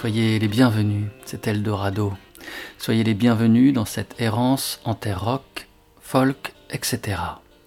soyez les bienvenus, c'est Eldorado. Soyez les bienvenus dans cette errance en terre rock, folk, etc.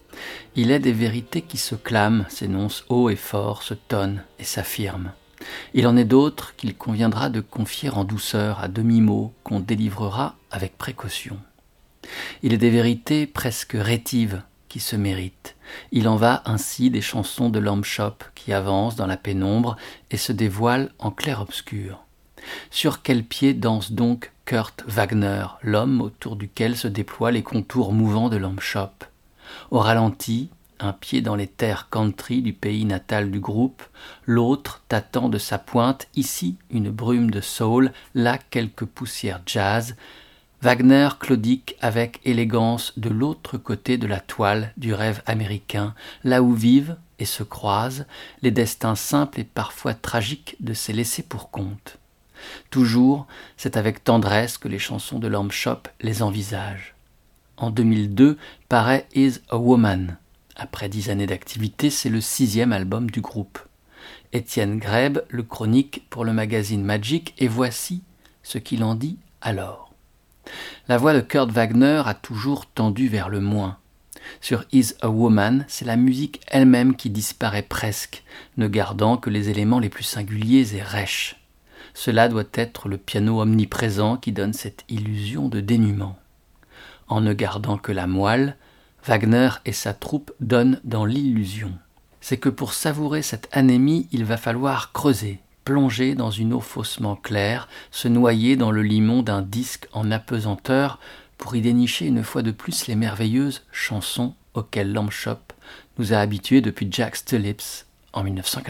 Il est des vérités qui se clament, s'énoncent haut et fort, se tonnent et s'affirment. Il en est d'autres qu'il conviendra de confier en douceur à demi-mot qu'on délivrera avec précaution. Il est des vérités presque rétives qui se méritent. Il en va ainsi des chansons de Lamb Chop qui avancent dans la pénombre et se dévoilent en clair-obscur. Sur quel pied danse donc Kurt Wagner, l'homme autour duquel se déploient les contours mouvants de Lamb Chop? Au ralenti, un pied dans les terres country du pays natal du groupe, l'autre tâtant de sa pointe, ici une brume de soul, là quelques poussières jazz. Wagner claudique avec élégance de l'autre côté de la toile du rêve américain, là où vivent et se croisent les destins simples et parfois tragiques de ces laissés pour compte. Toujours, c'est avec tendresse que les chansons de Lamb Chop les envisagent. En 2002 paraît Is a Woman. Après 10 années d'activité, c'est le 6e album du groupe. Étienne Greb le chronique pour le magazine Magic et voici ce qu'il en dit alors. La voix de Kurt Wagner a toujours tendu vers le moins. Sur Is a Woman, c'est la musique elle-même qui disparaît presque, ne gardant que les éléments les plus singuliers et rêches. Cela doit être le piano omniprésent qui donne cette illusion de dénuement. En ne gardant que la moelle, Wagner et sa troupe donnent dans l'illusion. C'est que pour savourer cette anémie, il va falloir creuser, plonger dans une eau faussement claire, se noyer dans le limon d'un disque en apesanteur pour y dénicher une fois de plus les merveilleuses chansons auxquelles Lamb Chop nous a habitués depuis Jack's Tulips en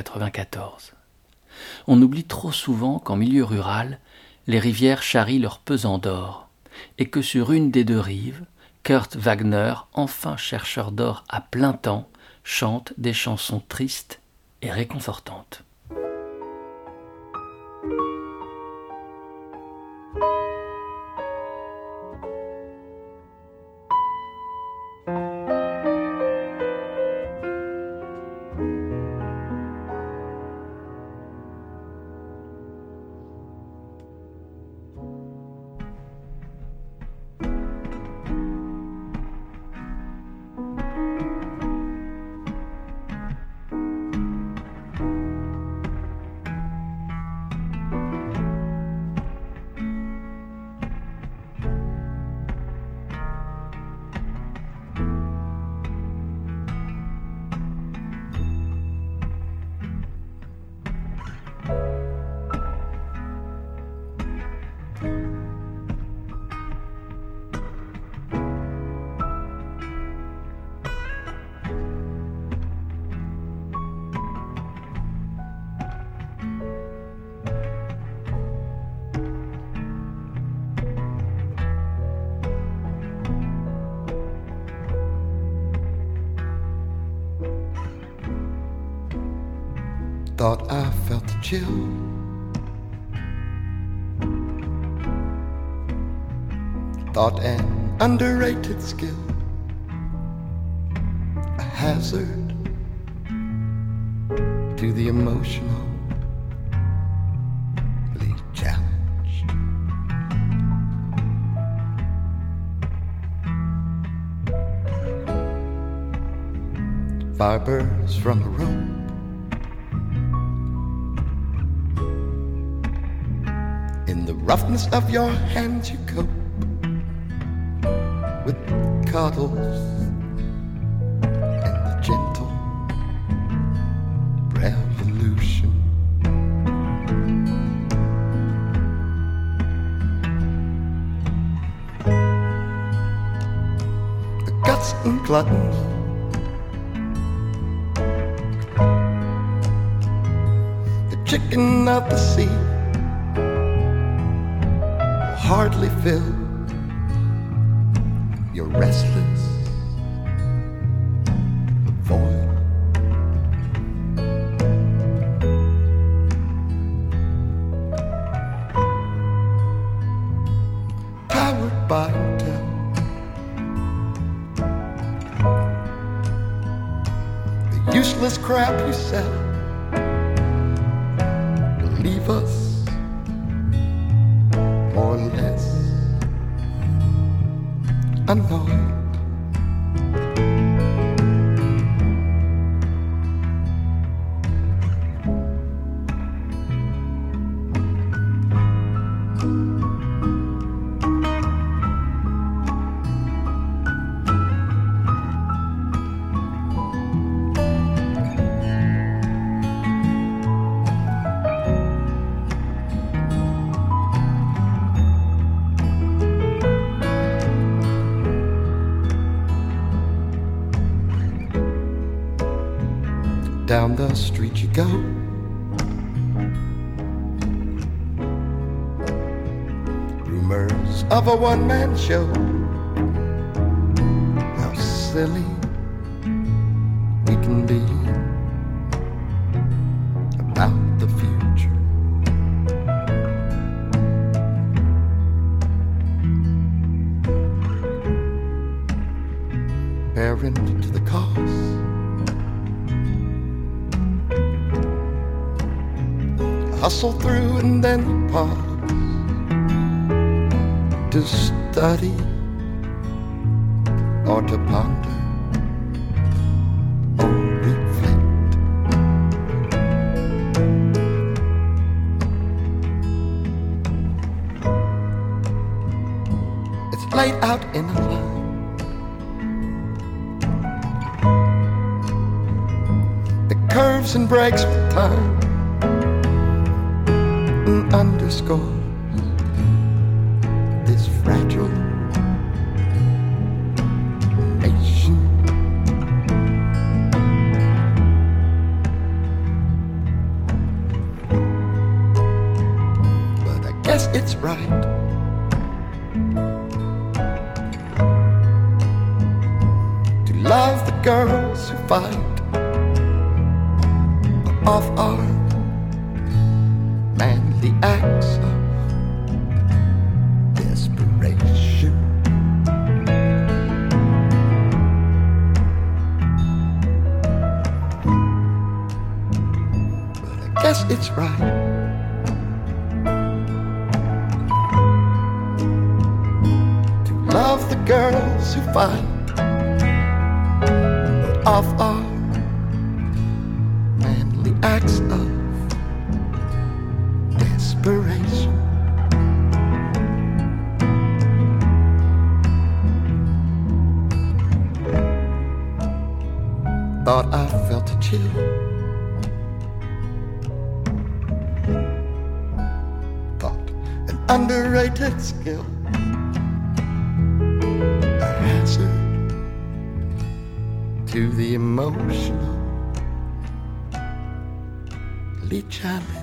1994. On oublie trop souvent qu'en milieu rural, les rivières charrient leur pesant d'or, et que sur une des deux rives, Kurt Wagner, enfin chercheur d'or à plein temps, chante des chansons tristes et réconfortantes. Thought I felt the chill. Thought an underrated skill, a hazard to the emotionally challenged. Fibers from a rope, in the roughness of your hands you cope with cuddles and the gentle revolution. The guts and gluttons, the chicken of the sea, hardly fill your restless void. Powered by Intel, the useless crap you sell will leave us annoyed. Down the street you go, rumors of a one-man show. How silly we can be about the future. Parent to the cause, hustle through and then you pause to study or to ponder or reflect. It's laid out in a line, the curves and breaks with time underscores this fragile nation. But I guess it's right to love the girls who fight off our manly acts of desperation. But I guess it's right to love the girls who fight off our manly acts of desperation. Thought I felt a chill, thought an underrated skill, a hazard to the emotionally challenged.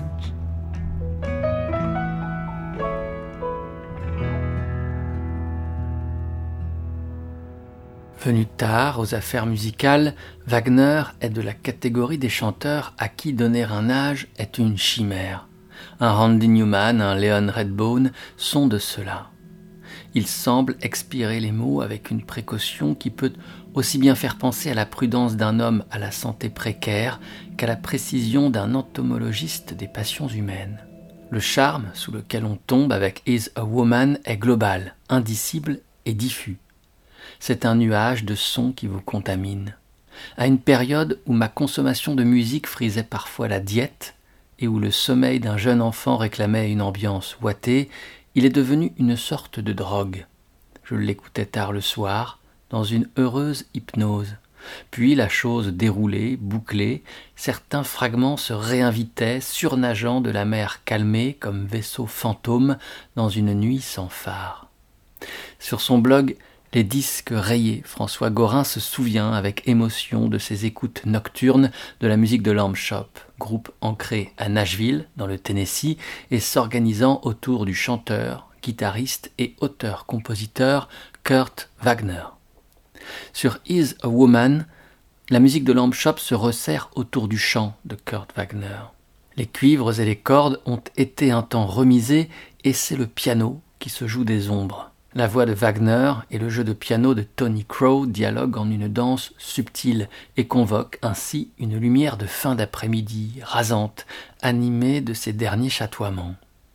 Venu tard aux affaires musicales, Wagner est de la catégorie des chanteurs à qui donner un âge est une chimère. Un Randy Newman, un Leon Redbone sont de ceux-là. Il semble expirer les mots avec une précaution qui peut aussi bien faire penser à la prudence d'un homme à la santé précaire qu'à la précision d'un entomologiste des passions humaines. Le charme sous lequel on tombe avec Is a Woman est global, indicible et diffus. C'est un nuage de sons qui vous contamine. À une période où ma consommation de musique frisait parfois la diète et où le sommeil d'un jeune enfant réclamait une ambiance ouatée, il est devenu une sorte de drogue. Je l'écoutais tard le soir, dans une heureuse hypnose. Puis la chose déroulée, bouclée, certains fragments se réinvitaient, surnageant de la mer calmée comme vaisseau fantôme dans une nuit sans phare. Sur son blog Les disques rayés, François Gorin se souvient avec émotion de ses écoutes nocturnes de la musique de Lamb Shop, groupe ancré à Nashville, dans le Tennessee, et s'organisant autour du chanteur, guitariste et auteur-compositeur Kurt Wagner. Sur Is a Woman, la musique de Lamb Shop se resserre autour du chant de Kurt Wagner. Les cuivres et les cordes ont été un temps remisés et c'est le piano qui se joue des ombres. La voix de Wagner et le jeu de piano de Tony Crow dialoguent en une danse subtile et convoquent ainsi une lumière de fin d'après-midi rasante, animée de ses derniers chatoiements.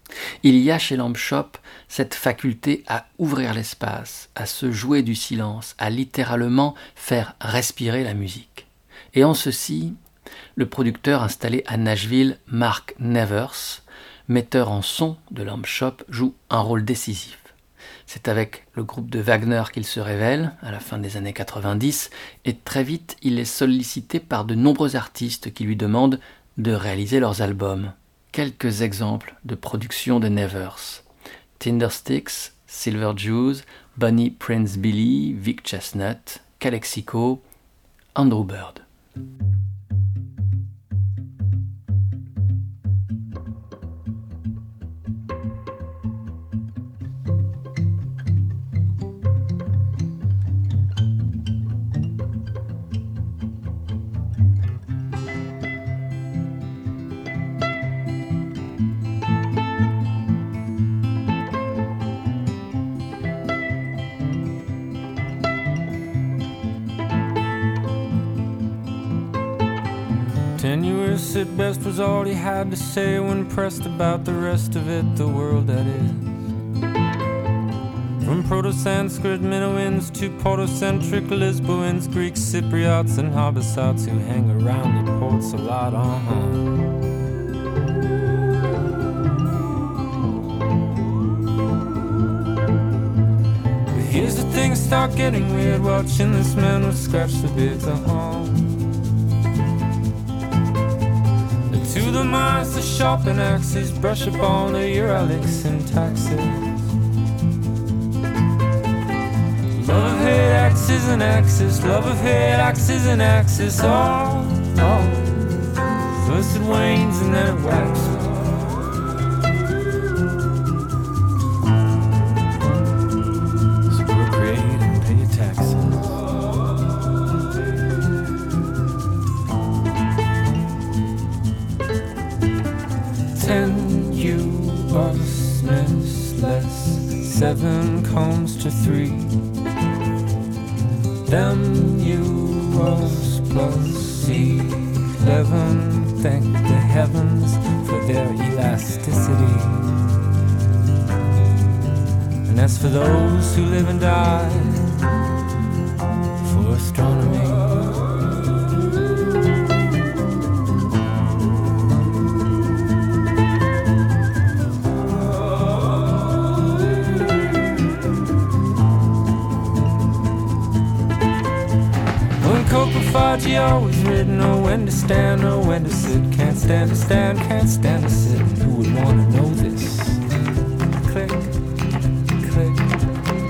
Il y a chez Lamb Chop cette faculté à ouvrir l'espace, à se jouer du silence, à littéralement faire respirer la musique. Et en ceci, le producteur installé à Nashville, Mark Nevers, metteur en son de Lamb Chop, joue un rôle décisif. C'est avec le groupe de Wagner qu'il se révèle, à la fin des années 90, et très vite il est sollicité par de nombreux artistes qui lui demandent de réaliser leurs albums. Quelques exemples de production de Nevers: Tindersticks, Silver Jews, Bonnie Prince Billy, Vic Chestnut, Calexico, Andrew Bird. Tenuous at best was all he had to say when pressed about the rest of it, the world that is. From Proto-Sanskrit Minoans to Proto-centric Lisboans, Greek Cypriots and Habasats who hang around the ports a lot, But here's the thing, start getting weird, watching this man with scratch the beard to To the minds, the sharpen axes, brush up on the Uralic syntaxes. Love of hate, axes and axes, love of hate, axes and axes. First it wanes and then it waxes. So procreate and pay your taxes. Tenuousness, 7 comes to 3. Them US plus 11. Thank the heavens for their elasticity. And as for those who live and die, for astronomy. Coprophagy always written, know when to stand, know when to sit. Can't stand to stand, can't stand to sit. And who would want to know this? Click, click, click.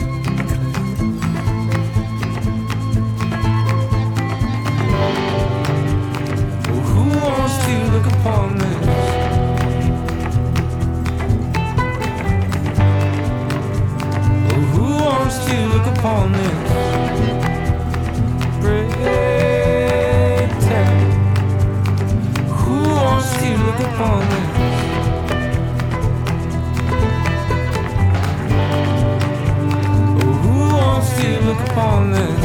Well, who wants to look upon this? Well, who wants to look upon this? Who wants to look upon this? Oh, who wants to look upon this?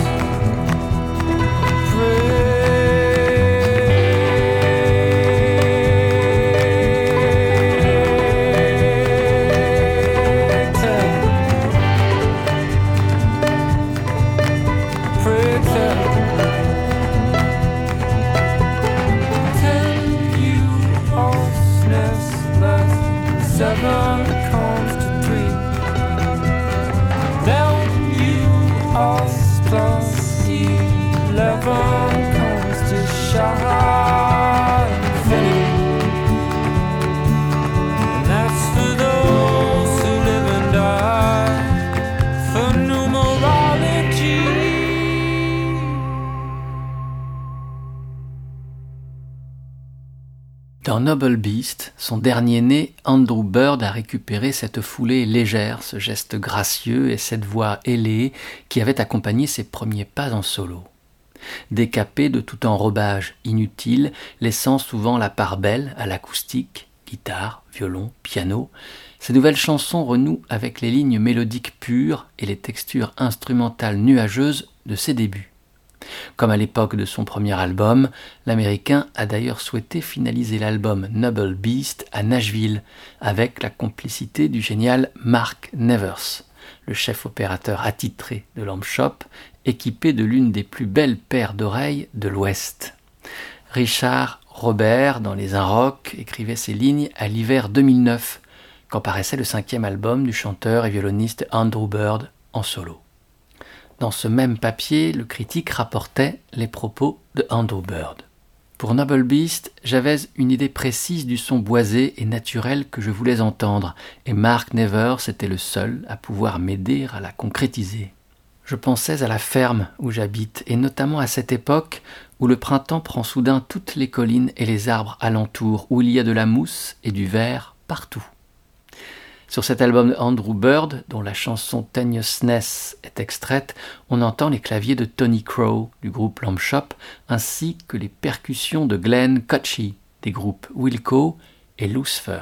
Dans Noble Beast, son dernier né, Andrew Bird a récupéré cette foulée légère, ce geste gracieux et cette voix ailée qui avait accompagné ses premiers pas en solo. Décapé de tout enrobage inutile, laissant souvent la part belle à l'acoustique, guitare, violon, piano, ces nouvelles chansons renouent avec les lignes mélodiques pures et les textures instrumentales nuageuses de ses débuts. Comme à l'époque de son premier album, l'Américain a d'ailleurs souhaité finaliser l'album Noble Beast à Nashville, avec la complicité du génial Mark Nevers, le chef opérateur attitré de Lamb Chop, équipé de l'une des plus belles paires d'oreilles de l'Ouest. Richard Robert, dans Les Inrocks, écrivait ces lignes à l'hiver 2009, quand paraissait le 5e album du chanteur et violoniste Andrew Bird en solo. Dans ce même papier, le critique rapportait les propos de Andrew Bird. Pour Noble Beast, j'avais une idée précise du son boisé et naturel que je voulais entendre, et Mark Nevers était le seul à pouvoir m'aider à la concrétiser. Je pensais à la ferme où j'habite, et notamment à cette époque où le printemps prend soudain toutes les collines et les arbres alentour, où il y a de la mousse et du vert partout. Sur cet album de Andrew Bird, dont la chanson Tenuousness est extraite, on entend les claviers de Tony Crow du groupe Lamb Chop, ainsi que les percussions de Glenn Cotchy des groupes Wilco et Lucifer.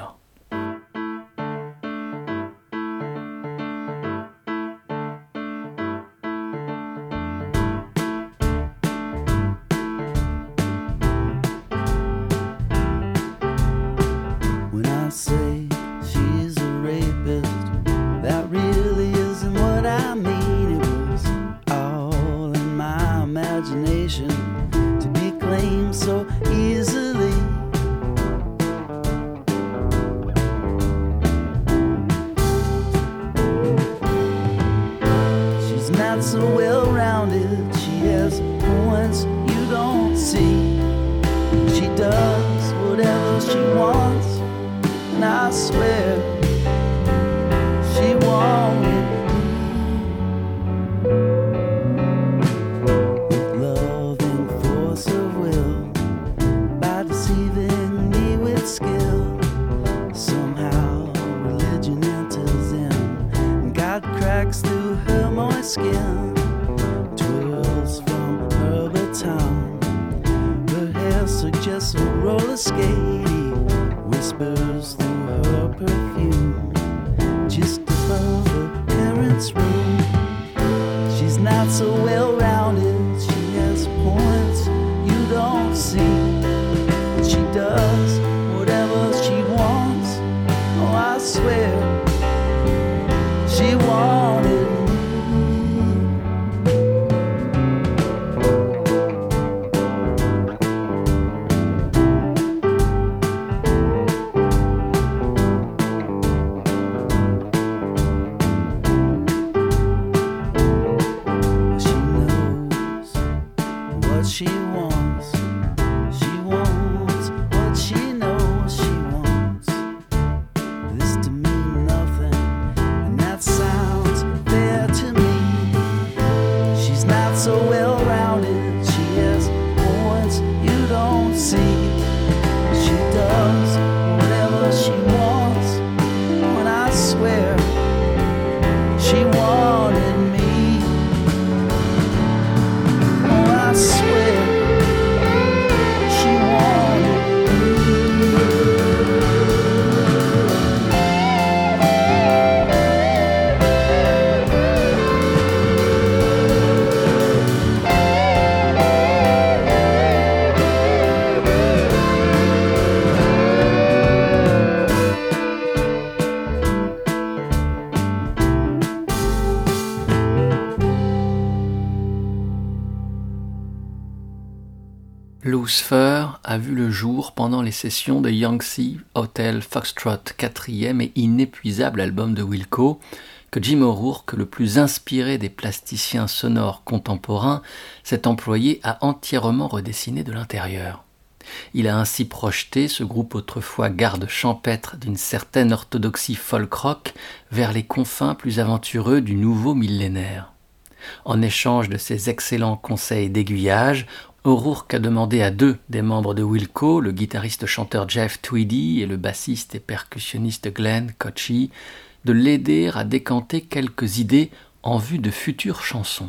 Lucifer a vu le jour pendant les sessions de Yangtze Hotel Foxtrot, 4e et inépuisable album de Wilco, que Jim O'Rourke, le plus inspiré des plasticiens sonores contemporains, s'est employé à entièrement redessiner de l'intérieur. Il a ainsi projeté ce groupe autrefois garde champêtre d'une certaine orthodoxie folk-rock vers les confins plus aventureux du nouveau millénaire. En échange de ses excellents conseils d'aiguillage, O'Rourke a demandé à 2 des membres de Wilco, le guitariste-chanteur Jeff Tweedy et le bassiste et percussionniste Glenn Cotchy, de l'aider à décanter quelques idées en vue de futures chansons.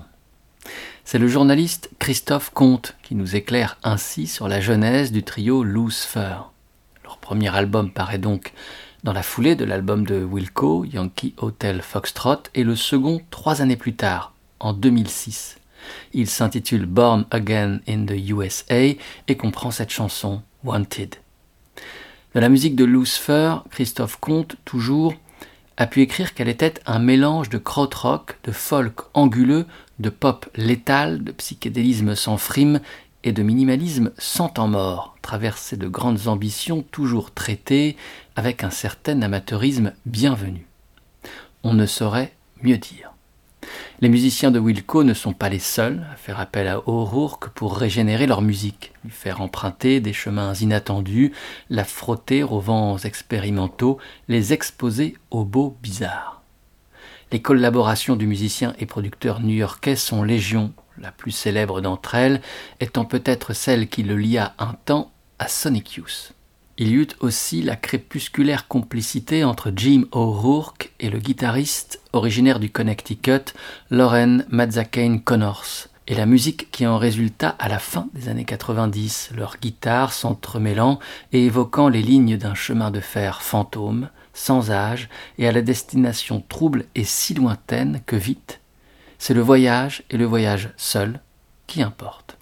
C'est le journaliste Christophe Comte qui nous éclaire ainsi sur la genèse du trio Lucifer. Leur premier album paraît donc dans la foulée de l'album de Wilco, Yankee Hotel Foxtrot, et le second 3 années plus tard, en 2006. Il s'intitule Born Again in the USA et comprend cette chanson Wanted. De la musique de Lucifer, Christophe Comte, toujours, a pu écrire qu'elle était un mélange de krautrock, de folk anguleux, de pop létal, de psychédélisme sans frime et de minimalisme sans temps mort, traversé de grandes ambitions toujours traitées avec un certain amateurisme bienvenu. On ne saurait mieux dire. Les musiciens de Wilco ne sont pas les seuls à faire appel à O'Rourke pour régénérer leur musique, lui faire emprunter des chemins inattendus, la frotter aux vents expérimentaux, les exposer aux beaux bizarres. Les collaborations du musicien et producteur new-yorkais sont légion, la plus célèbre d'entre elles étant peut-être celle qui le lia un temps à Sonic Youth. Il y eut aussi la crépusculaire complicité entre Jim O'Rourke et le guitariste originaire du Connecticut, Loren Mazzacane Connors, et la musique qui en résulta à la fin des années 90, leurs guitares s'entremêlant et évoquant les lignes d'un chemin de fer fantôme, sans âge et à la destination trouble et si lointaine que vite, c'est le voyage et le voyage seul qui importent.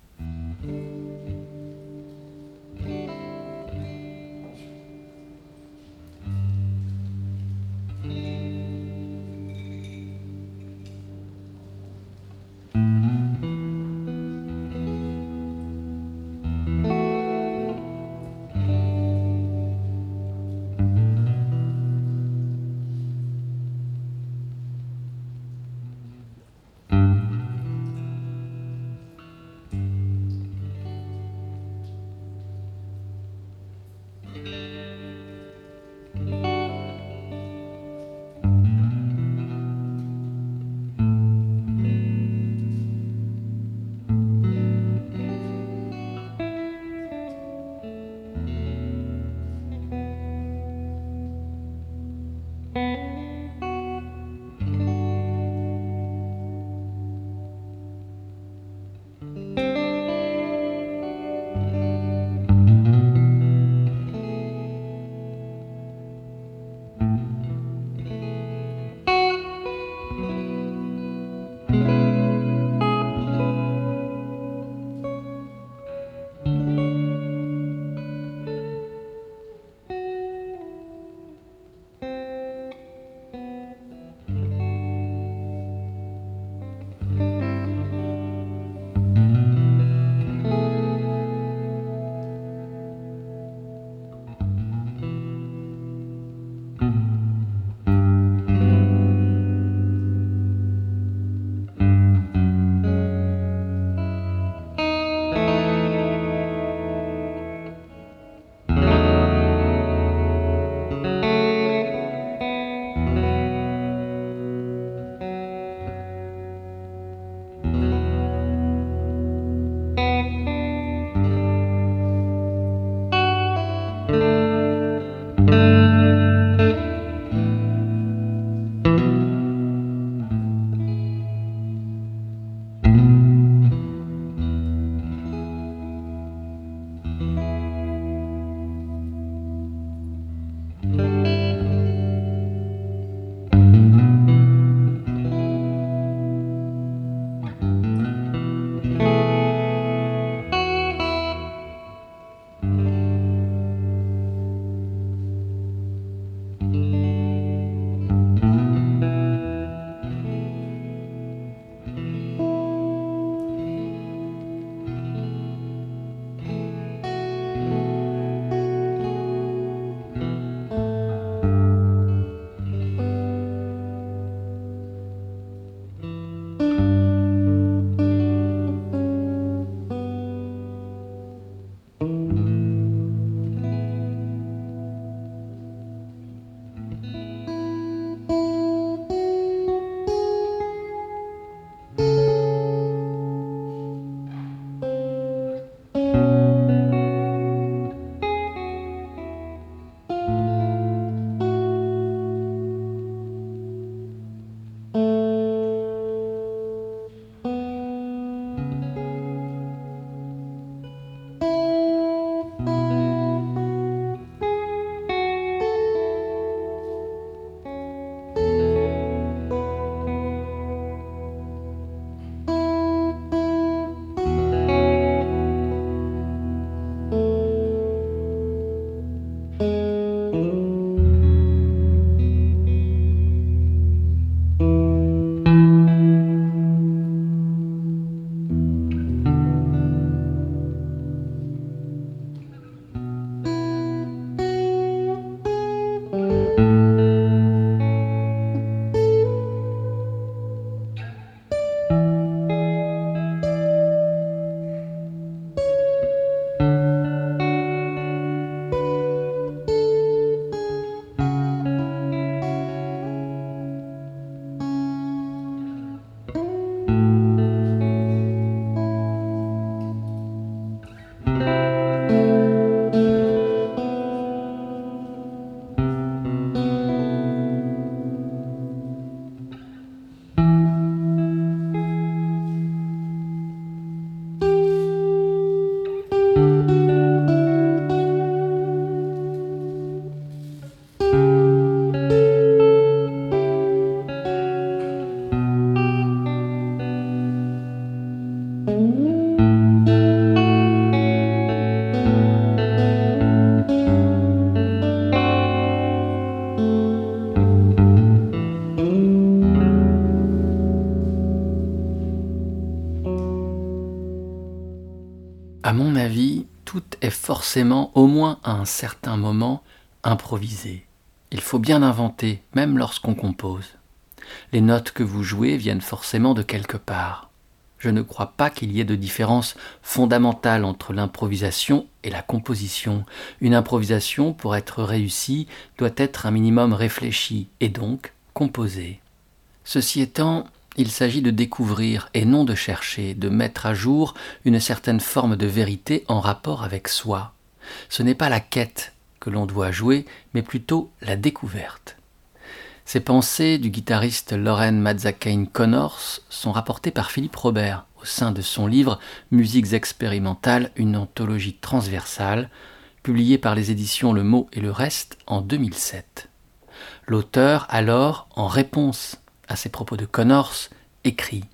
À mon avis, tout est forcément, au moins à un certain moment, improvisé. Il faut bien inventer, même lorsqu'on compose. Les notes que vous jouez viennent forcément de quelque part. Je ne crois pas qu'il y ait de différence fondamentale entre l'improvisation et la composition. Une improvisation, pour être réussie, doit être un minimum réfléchie et donc composée. Ceci étant, il s'agit de découvrir et non de chercher, de mettre à jour une certaine forme de vérité en rapport avec soi. Ce n'est pas la quête que l'on doit jouer, mais plutôt la découverte. Ces pensées du guitariste Loren Mazzacane Connors sont rapportées par Philippe Robert au sein de son livre « Musiques expérimentales, une anthologie transversale » publié par les éditions Le Mot et le Reste en 2007. L'auteur, alors, en réponse à ces propos de Connors, écrit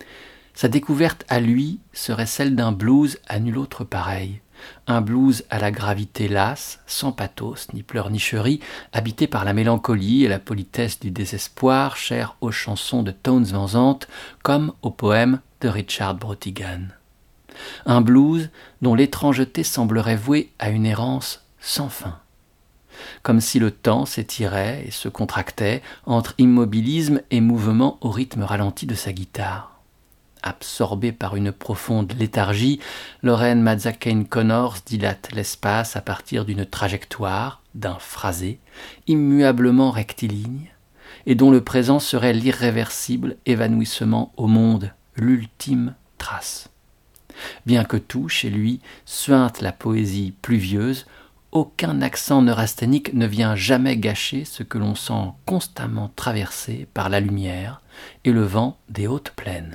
« Sa découverte à lui serait celle d'un blues à nul autre pareil. Un blues à la gravité lasse, sans pathos, ni pleurnicherie, habité par la mélancolie et la politesse du désespoir, cher aux chansons de Townes Van Zandt, comme aux poèmes de Richard Brautigan. Un blues dont l'étrangeté semblerait vouée à une errance sans fin. Comme si le temps s'étirait et se contractait entre immobilisme et mouvement au rythme ralenti de sa guitare. Absorbé par une profonde léthargie, Loren Mazzacane Connors dilate l'espace à partir d'une trajectoire, d'un phrasé, immuablement rectiligne, et dont le présent serait l'irréversible évanouissement au monde, l'ultime trace. Bien que tout, chez lui, suinte la poésie pluvieuse, aucun accent neurasthénique ne vient jamais gâcher ce que l'on sent constamment traversé par la lumière et le vent des hautes plaines.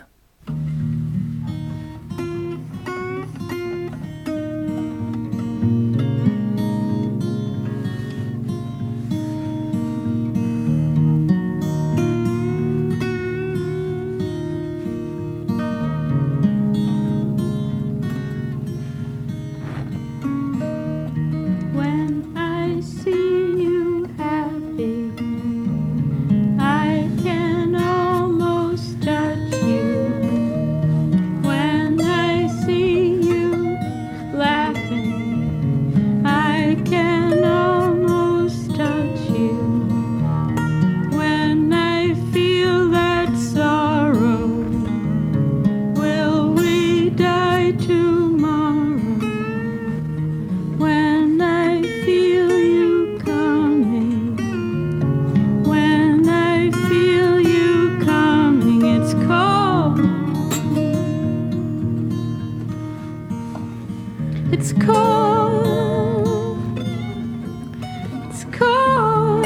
It's cold. It's cold.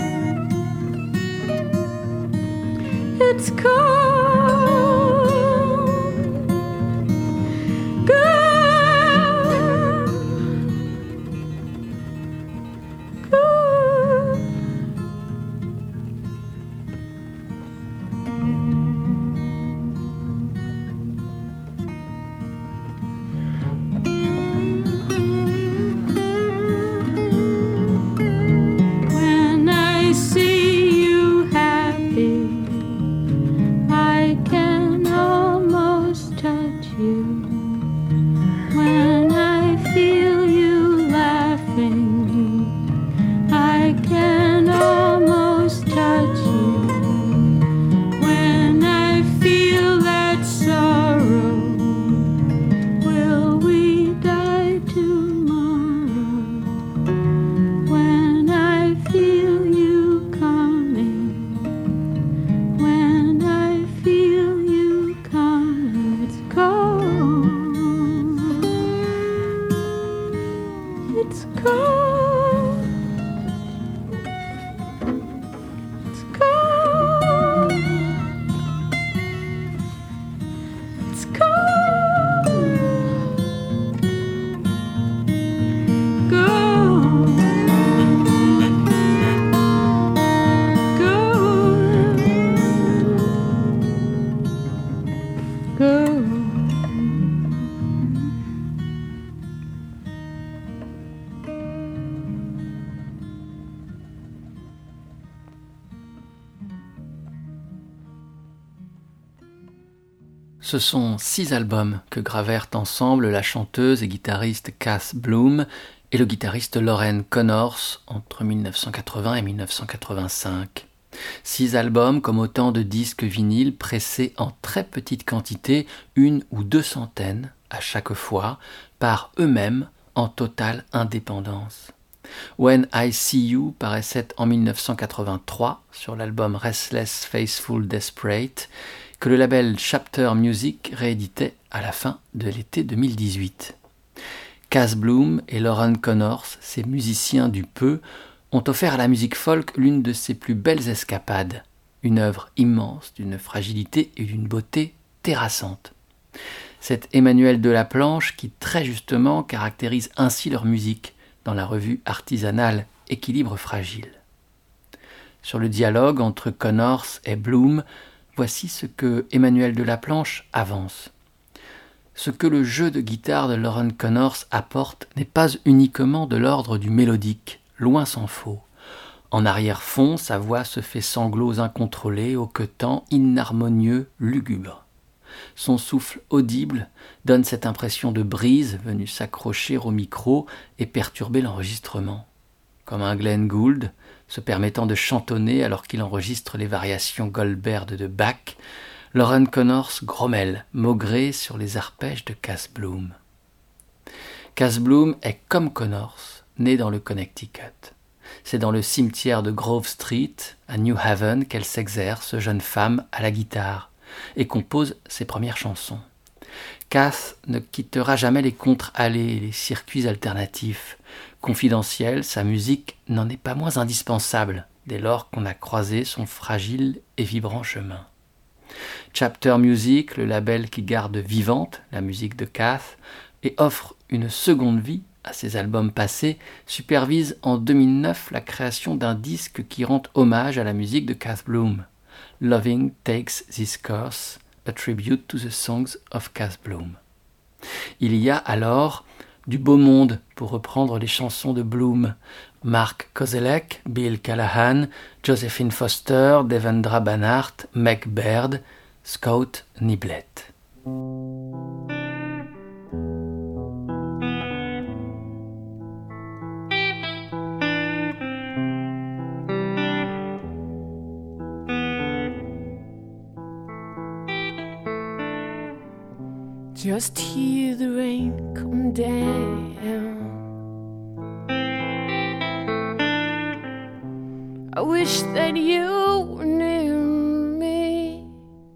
It's cold. Good. Good. When I see you happy, I can almost touch you. When I feel you laughing, I can almost touch you. When I feel that sorrow, will we die tomorrow? When I feel you coming, when I feel you coming, it's cold. Ce sont 6 albums que gravèrent ensemble la chanteuse et guitariste Kath Bloom et le guitariste Loren Connors entre 1980 et 1985. 6 albums comme autant de disques vinyles pressés en très petite quantité, 1 ou 2 centaines à chaque fois, par eux-mêmes en totale indépendance. When I See You paraissait en 1983 sur l'album Restless Faithful Desperate, que le label Chapter Music rééditait à la fin de l'été 2018. Kath Bloom et Loren Connors, ces musiciens du peu, ont offert à la musique folk l'une de ses plus belles escapades, une œuvre immense d'une fragilité et d'une beauté terrassante. C'est Emmanuel Delaplanche qui très justement caractérise ainsi leur musique dans la revue artisanale Équilibre fragile. Sur le dialogue entre Connors et Bloom, voici ce que Emmanuel Delaplanche avance. Ce que le jeu de guitare de Loren Connors apporte n'est pas uniquement de l'ordre du mélodique, loin s'en faut. En arrière-fond, sa voix se fait sanglots incontrôlés, hoquetants, inharmonieux, lugubres. Son souffle audible donne cette impression de brise venue s'accrocher au micro et perturber l'enregistrement. Comme un Glenn Gould, se permettant de chantonner alors qu'il enregistre les variations Goldberg de Bach, Loren Connors grommelle, maugré sur les arpèges de Kath Bloom. Kath Bloom est comme Connors, née dans le Connecticut. C'est dans le cimetière de Grove Street, à New Haven, qu'elle s'exerce, jeune femme, à la guitare, et compose ses premières chansons. Kath ne quittera jamais les contre-allées et les circuits alternatifs. Confidentielle, sa musique n'en est pas moins indispensable dès lors qu'on a croisé son fragile et vibrant chemin. Chapter Music, le label qui garde vivante la musique de Kath et offre une seconde vie à ses albums passés, supervise en 2009 la création d'un disque qui rend hommage à la musique de Kath Bloom. Loving Takes This Course, a tribute to the songs of Kath Bloom. Il y a alors du beau monde pour reprendre les chansons de Bloom. Mark Kozelek, Bill Callahan, Josephine Foster, Devendra Banhart, Meg Baird, Scott Niblett. Just hear the rain come down. I wish that you were near me.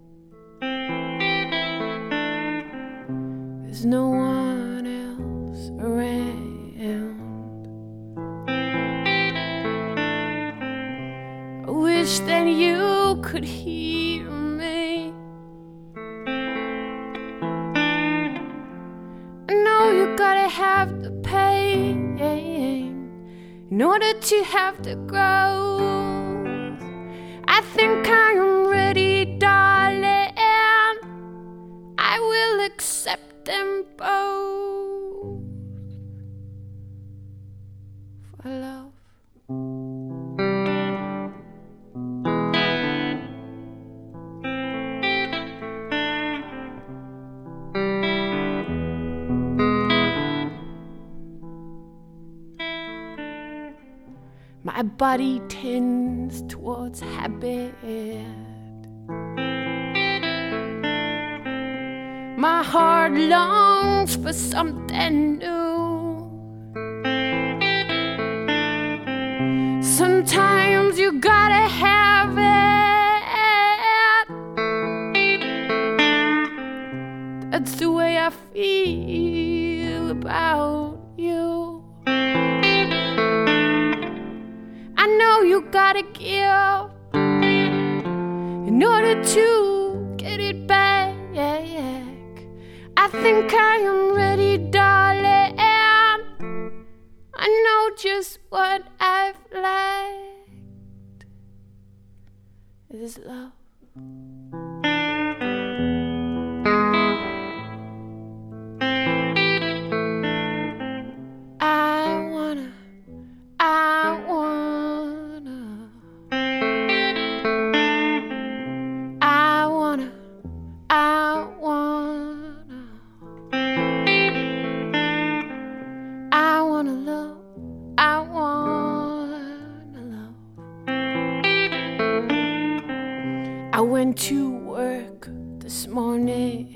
There's no one else around. I wish that you could hear me. I know you gotta have the pain in order to have the growth. I think I am ready, darling. I will accept them both for love. My body tends towards habit. My heart longs for something new. Sometimes you gotta have it. That's the way I feel about you. I know you gotta give in order to get it back. I think I am ready, darling. I know just what I've lacked is love. I wanna to work this morning.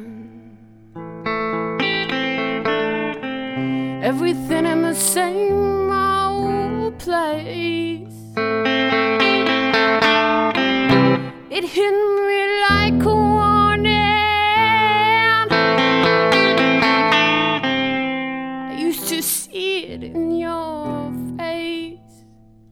Everything in the same old place. It hit me like a warning. I used to see it in your face.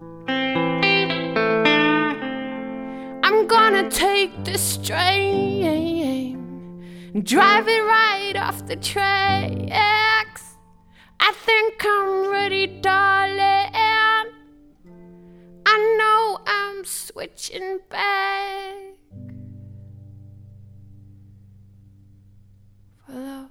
I'm gonna take this train and drive it right off the tracks. I think I'm ready, darling. I know I'm switching back for love.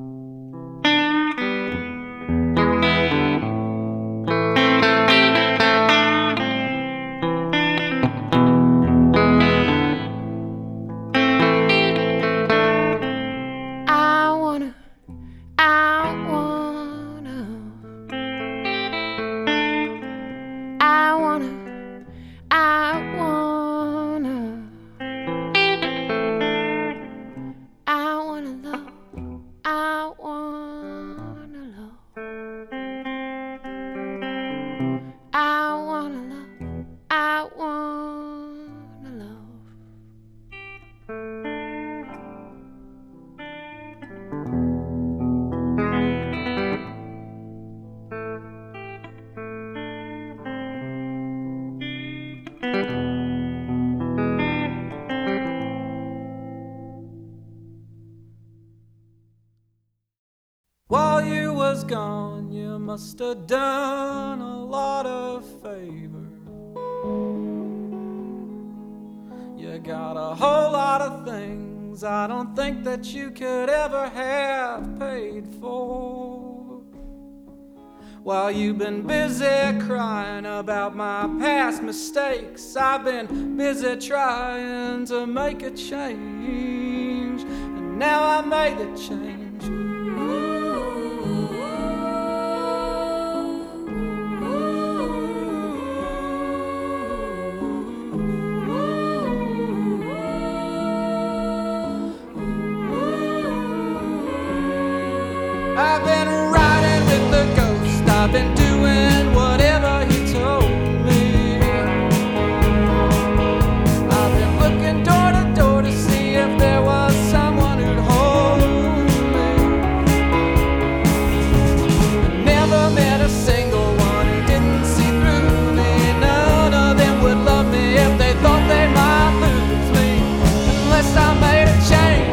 While you was gone, you must have done a lot of favors. You got a whole lot of things I don't think that you could ever have paid for. While you've been busy crying about my past mistakes, I've been busy trying to make a change. And now I made the change. I've been riding with the ghost. I've been doing whatever he told me. I've been looking door to door to see if there was someone who'd hold me. Never met a single one who didn't see through me. None of them would love me if they thought they might lose me, unless I made a change.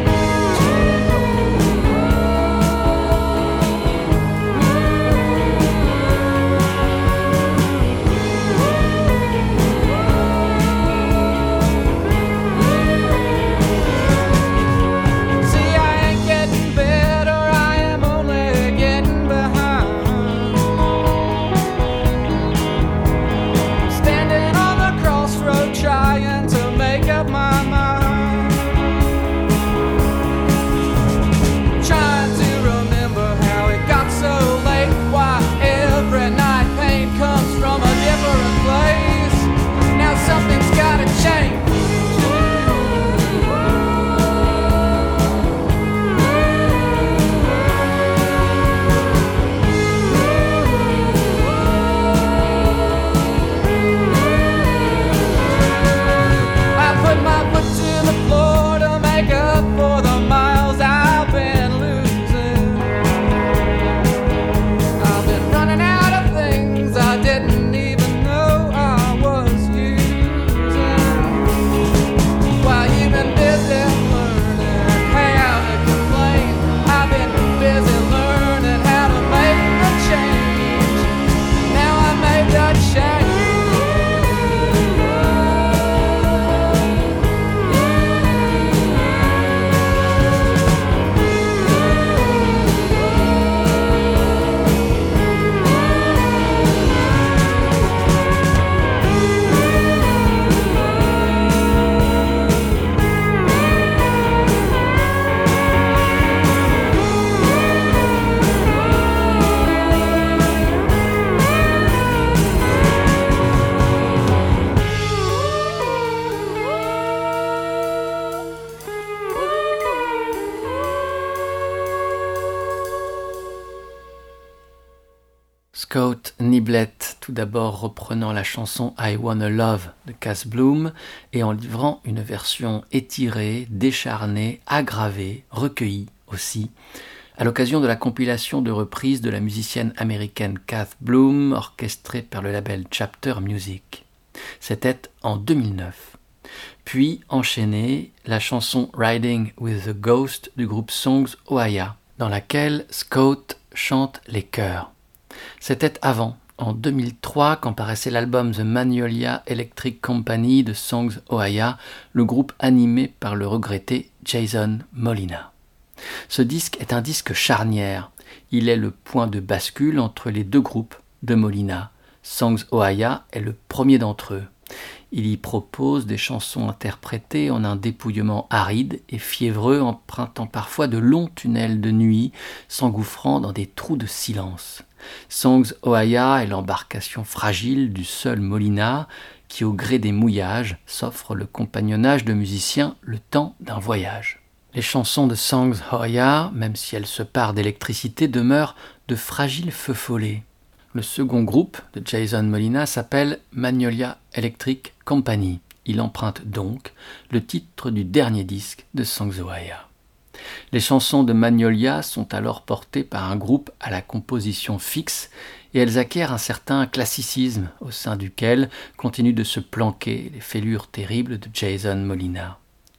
Scott Niblett, tout d'abord reprenant la chanson I Wanna Love de Cass Bloom et en livrant une version étirée, décharnée, aggravée, recueillie aussi, à l'occasion de la compilation de reprises de la musicienne américaine Cass Bloom, orchestrée par le label Chapter Music. C'était en 2009. Puis, enchaînée, la chanson Riding with the Ghost du groupe Songs Ohia, dans laquelle Scott chante les chœurs. C'était avant, en 2003, quand paraissait l'album The Magnolia Electric Company de Songs Ohia, le groupe animé par le regretté Jason Molina. Ce disque est un disque charnière. Il est le point de bascule entre les deux groupes de Molina. Songs Ohia est le premier d'entre eux. Il y propose des chansons interprétées en un dépouillement aride et fiévreux, empruntant parfois de longs tunnels de nuit, s'engouffrant dans des trous de silence. Songs Ohia est l'embarcation fragile du seul Molina, qui au gré des mouillages s'offre le compagnonnage de musiciens le temps d'un voyage. Les chansons de Songs Ohia, même si elles se parent d'électricité, demeurent de fragiles feux follets. Le second groupe de Jason Molina s'appelle Magnolia Electric Company. Il emprunte donc le titre du dernier disque de Songs Ohia. Les chansons de Magnolia sont alors portées par un groupe à la composition fixe et elles acquièrent un certain classicisme au sein duquel continuent de se planquer les fêlures terribles de Jason Molina.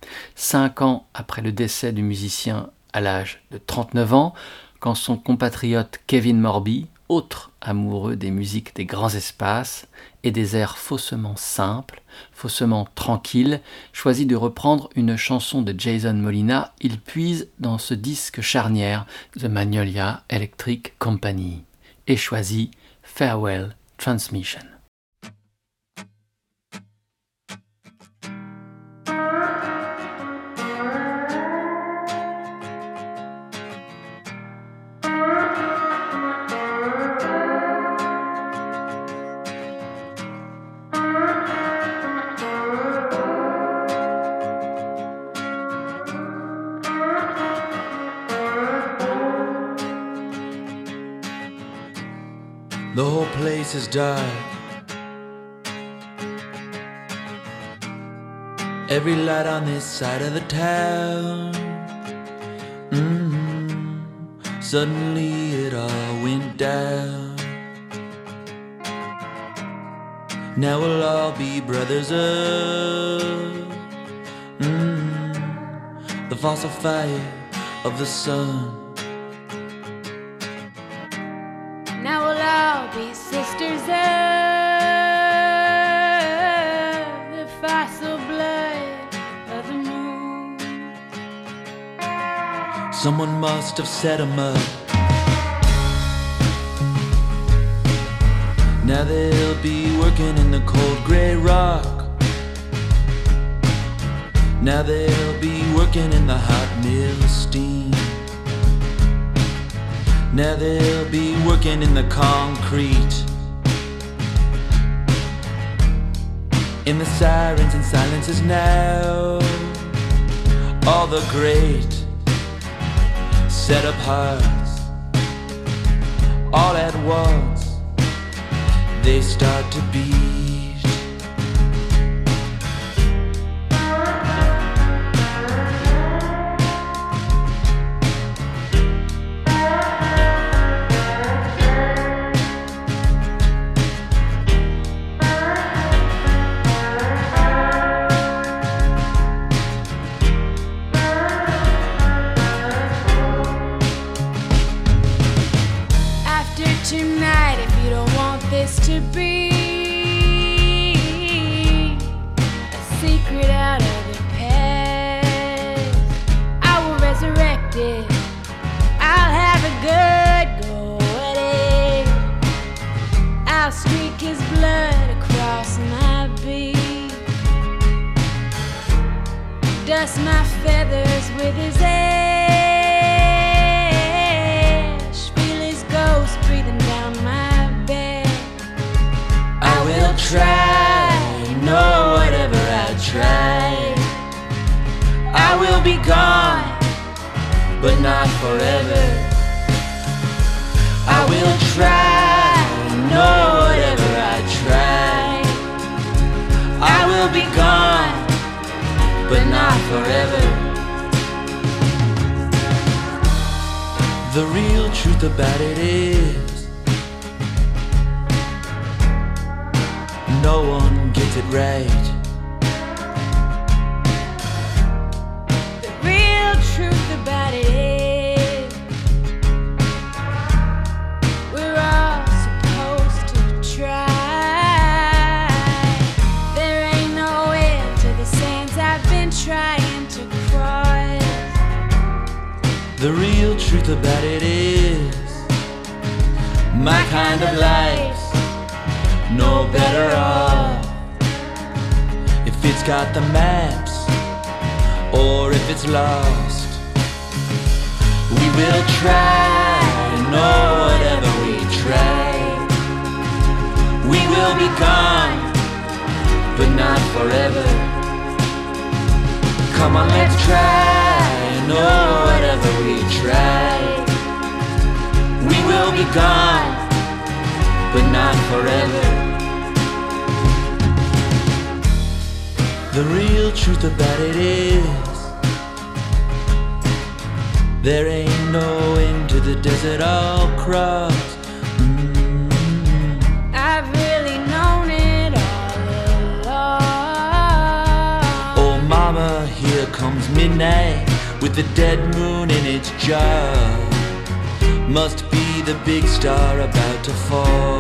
5 ans après le décès du musicien à l'âge de 39 ans, quand son compatriote Kevin Morby, autre amoureux des musiques des grands espaces et des airs faussement simples, faussement tranquilles, choisit de reprendre une chanson de Jason Molina, il puise dans ce disque charnière The Magnolia Electric Company et choisit Farewell Transmission. The whole place is dark. Every light on this side of the town. Suddenly it all went down. Now we'll all be brothers of the fossil fire of the sun. Now we'll all be sisters of the fossil blood of the moon. Someone must have set 'em up. Now they'll be working in the cold grey rock. Now they'll be working in the hot mill steam. Now they'll be working in the concrete. In the sirens and silences now, all the great set up hearts. All at once they start to beat. Tonight, if you don't want this to be a secret out of the past, I will resurrect it. I'll have a good go at it. I'll streak his blood across my beak, dust my feathers with his ash. Breathing down my back. I will try, no, whatever I try, I will be gone, but not forever. I will try, forever. The real truth about it is no one gets it right. The real truth about it is we're all supposed to try. There ain't no end to the sands I've been trying to cross. The real truth about it is my kind of life's no better off if it's got the maps or if it's lost. We will try, no, whatever we try. We will be gone, but not forever. Come on, let's try, no, whatever we try. We will be gone, but not forever. The real truth about it is there ain't no end to the desert I'll cross. I've really known it all along. Oh mama, here comes midnight with the dead moon in its jaw. Must be the big star about to fall.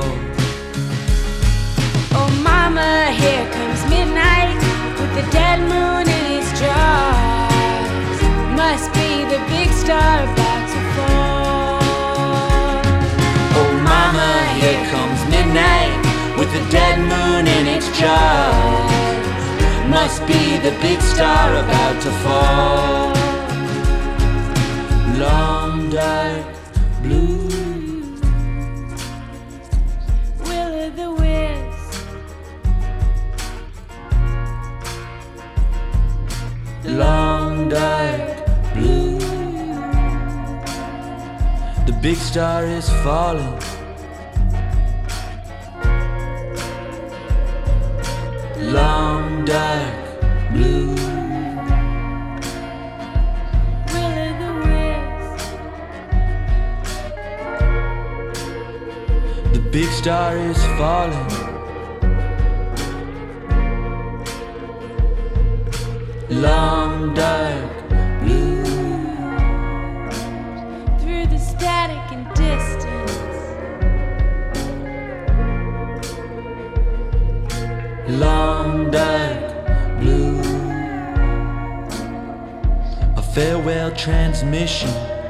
Oh mama, here comes midnight with the dead moon in its jaws. Must be the big star about to fall. Oh mama, here comes midnight with the dead moon in its jaws. Must be the big star about to fall. Long dark blue will-o'-the-wisp. long dark blue. The big star is falling. Long dark blue. Will-o'-the-wisp. The big star is falling. Long dark blue. Through the static and distance. Long dark blue. A farewell transmission.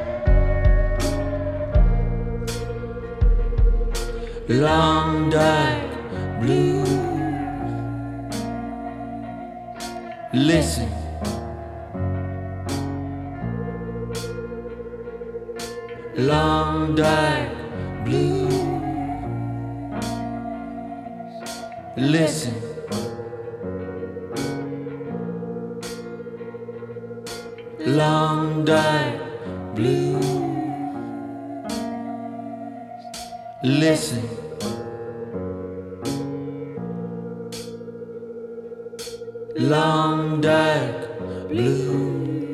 Long dark blue. Listen. Long dark blue. Listen. Long dark blue. Listen. Long dark blue.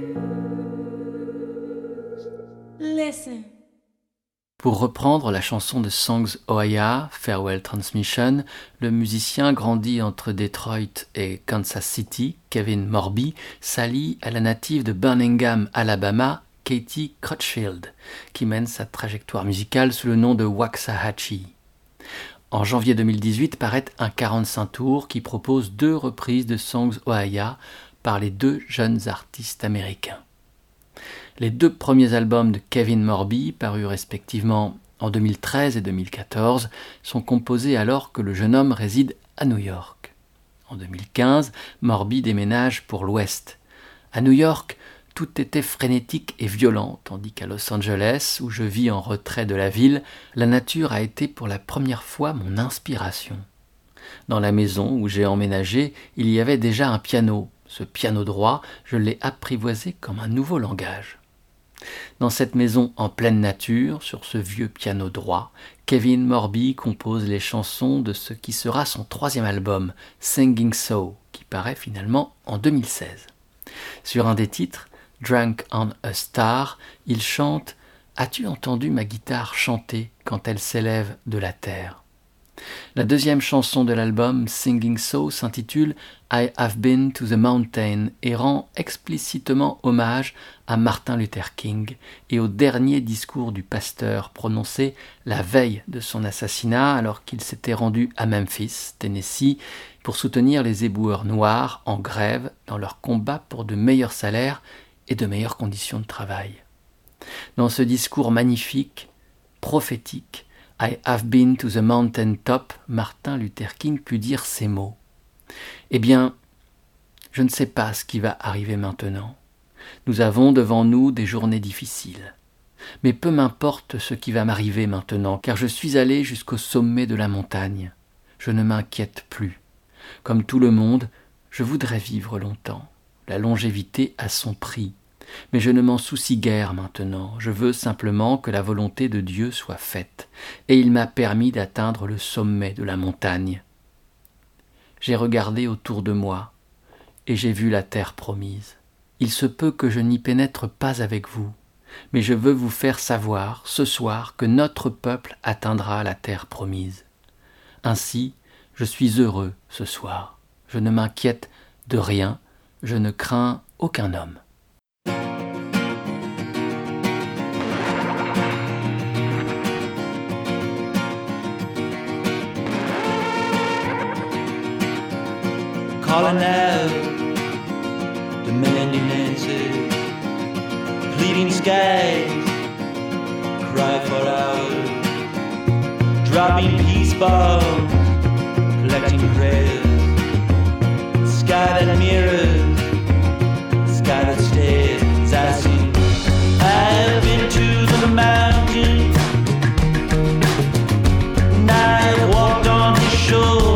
Listen. Pour reprendre la chanson de Songs Ohia, Farewell Transmission, le musicien grandi entre Detroit et Kansas City, Kevin Morby, s'allie à la native de Birmingham, Alabama, Katie Crutchfield, qui mène sa trajectoire musicale sous le nom de Waxahachie. En janvier 2018 paraît un 45 tours qui propose 2 reprises de Songs Ohia par les 2 jeunes artistes américains. Les 2 premiers albums de Kevin Morby, parus respectivement en 2013 et 2014, sont composés alors que le jeune homme réside à New York. En 2015, Morby déménage pour l'Ouest. À New York, tout était frénétique et violent, tandis qu'à Los Angeles, où je vis en retrait de la ville, la nature a été pour la première fois mon inspiration. Dans la maison où j'ai emménagé, il y avait déjà un piano. Ce piano droit, je l'ai apprivoisé comme un nouveau langage. Dans cette maison en pleine nature, sur ce vieux piano droit, Kevin Morby compose les chansons de ce qui sera son 3e album, Singing So, qui paraît finalement en 2016. Sur un des titres, Drunk on a Star, il chante « As-tu entendu ma guitare chanter quand elle s'élève de la terre ?» La deuxième chanson de l'album, Singing So, s'intitule « I have been to the mountain » et rend explicitement hommage à Martin Luther King et au dernier discours du pasteur prononcé la veille de son assassinat alors qu'il s'était rendu à Memphis, Tennessee, pour soutenir les éboueurs noirs en grève dans leur combat pour de meilleurs salaires et de meilleures conditions de travail. Dans ce discours magnifique, prophétique, « I have been to the mountain top », Martin Luther King put dire ces mots. Eh bien, je ne sais pas ce qui va arriver maintenant. Nous avons devant nous des journées difficiles. Mais peu m'importe ce qui va m'arriver maintenant, car je suis allé jusqu'au sommet de la montagne. Je ne m'inquiète plus. Comme tout le monde, je voudrais vivre longtemps. La longévité a son prix. Mais je ne m'en soucie guère maintenant, je veux simplement que la volonté de Dieu soit faite, et il m'a permis d'atteindre le sommet de la montagne. J'ai regardé autour de moi, et j'ai vu la terre promise. Il se peut que je n'y pénètre pas avec vous, mais je veux vous faire savoir ce soir que notre peuple atteindra la terre promise. Ainsi, je suis heureux ce soir, je ne m'inquiète de rien, je ne crains aucun homme. Calling out, demanding answers, pleading skies, cry for hours, dropping peace bombs, collecting prayers, sky that mirrors, sky that stares, as I sing. I've been to the mountain, and I've walked on the shore.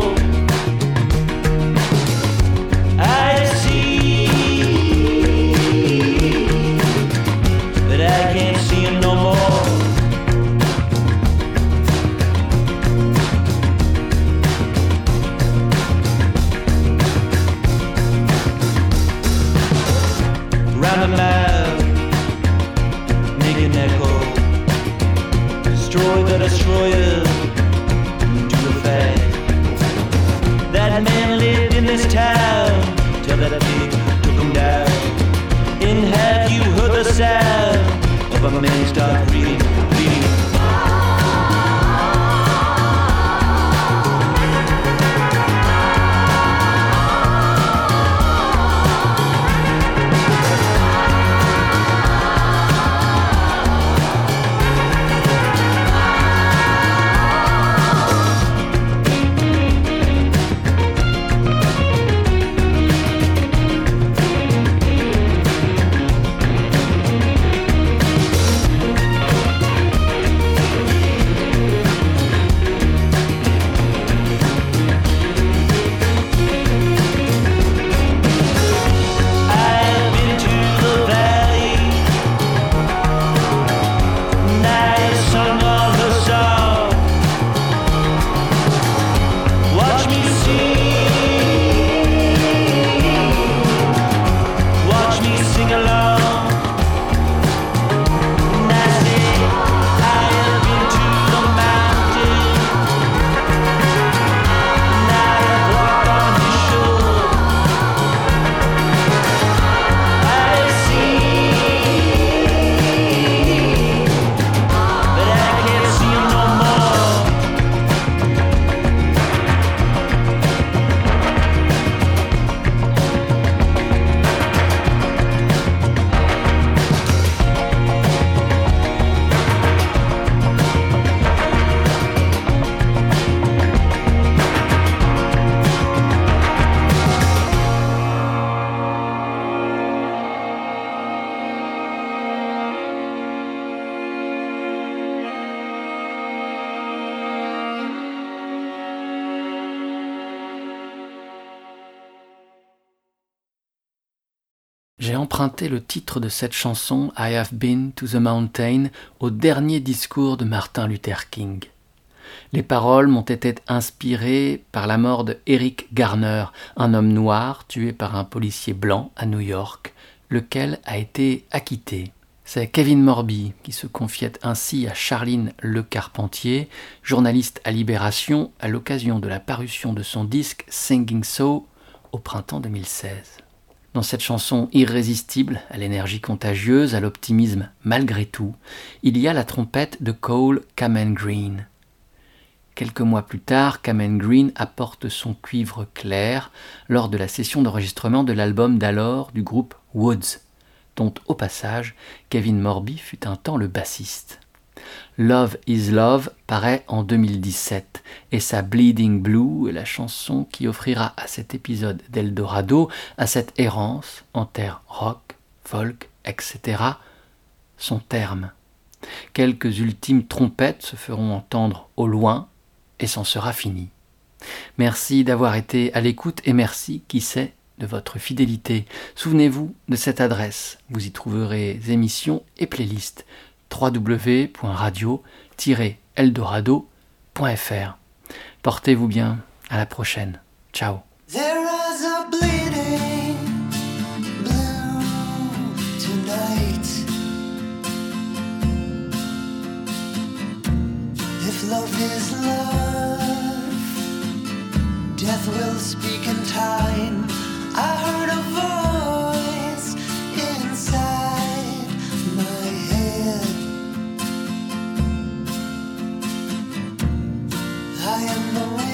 Destroyer, do the fact that man lived in this town till that pig took him down. And have you heard the sound of a man start breathing, breathing? J'ai emprunté le titre de cette chanson « I have been to the mountain » au dernier discours de Martin Luther King. Les paroles m'ont été inspirées par la mort de Eric Garner, un homme noir tué par un policier blanc à New York, lequel a été acquitté. C'est Kevin Morby qui se confiait ainsi à Charline Le Carpentier, journaliste à Libération, à l'occasion de la parution de son disque Singing So au printemps 2016. Dans cette chanson irrésistible, à l'énergie contagieuse, à l'optimisme malgré tout, il y a la trompette de Cole Kamen Green. Quelques mois plus tard, Kamen Green apporte son cuivre clair lors de la session d'enregistrement de l'album d'alors du groupe Woods, dont au passage Kevin Morby fut un temps le bassiste. Love is Love paraît en 2017 et sa Bleeding Blue est la chanson qui offrira à cet épisode d'Eldorado, à cette errance en terre rock, folk, etc., son terme. Quelques ultimes trompettes se feront entendre au loin et c'en sera fini. Merci d'avoir été à l'écoute et merci, qui sait, de votre fidélité. Souvenez-vous de cette adresse, vous y trouverez émissions et playlists www.radio-eldorado.fr. Portez-vous bien, à la prochaine. Ciao. There is a bleeding blue tonight. If love is love, death will speak in time. I heard a voice inside my head. I am the one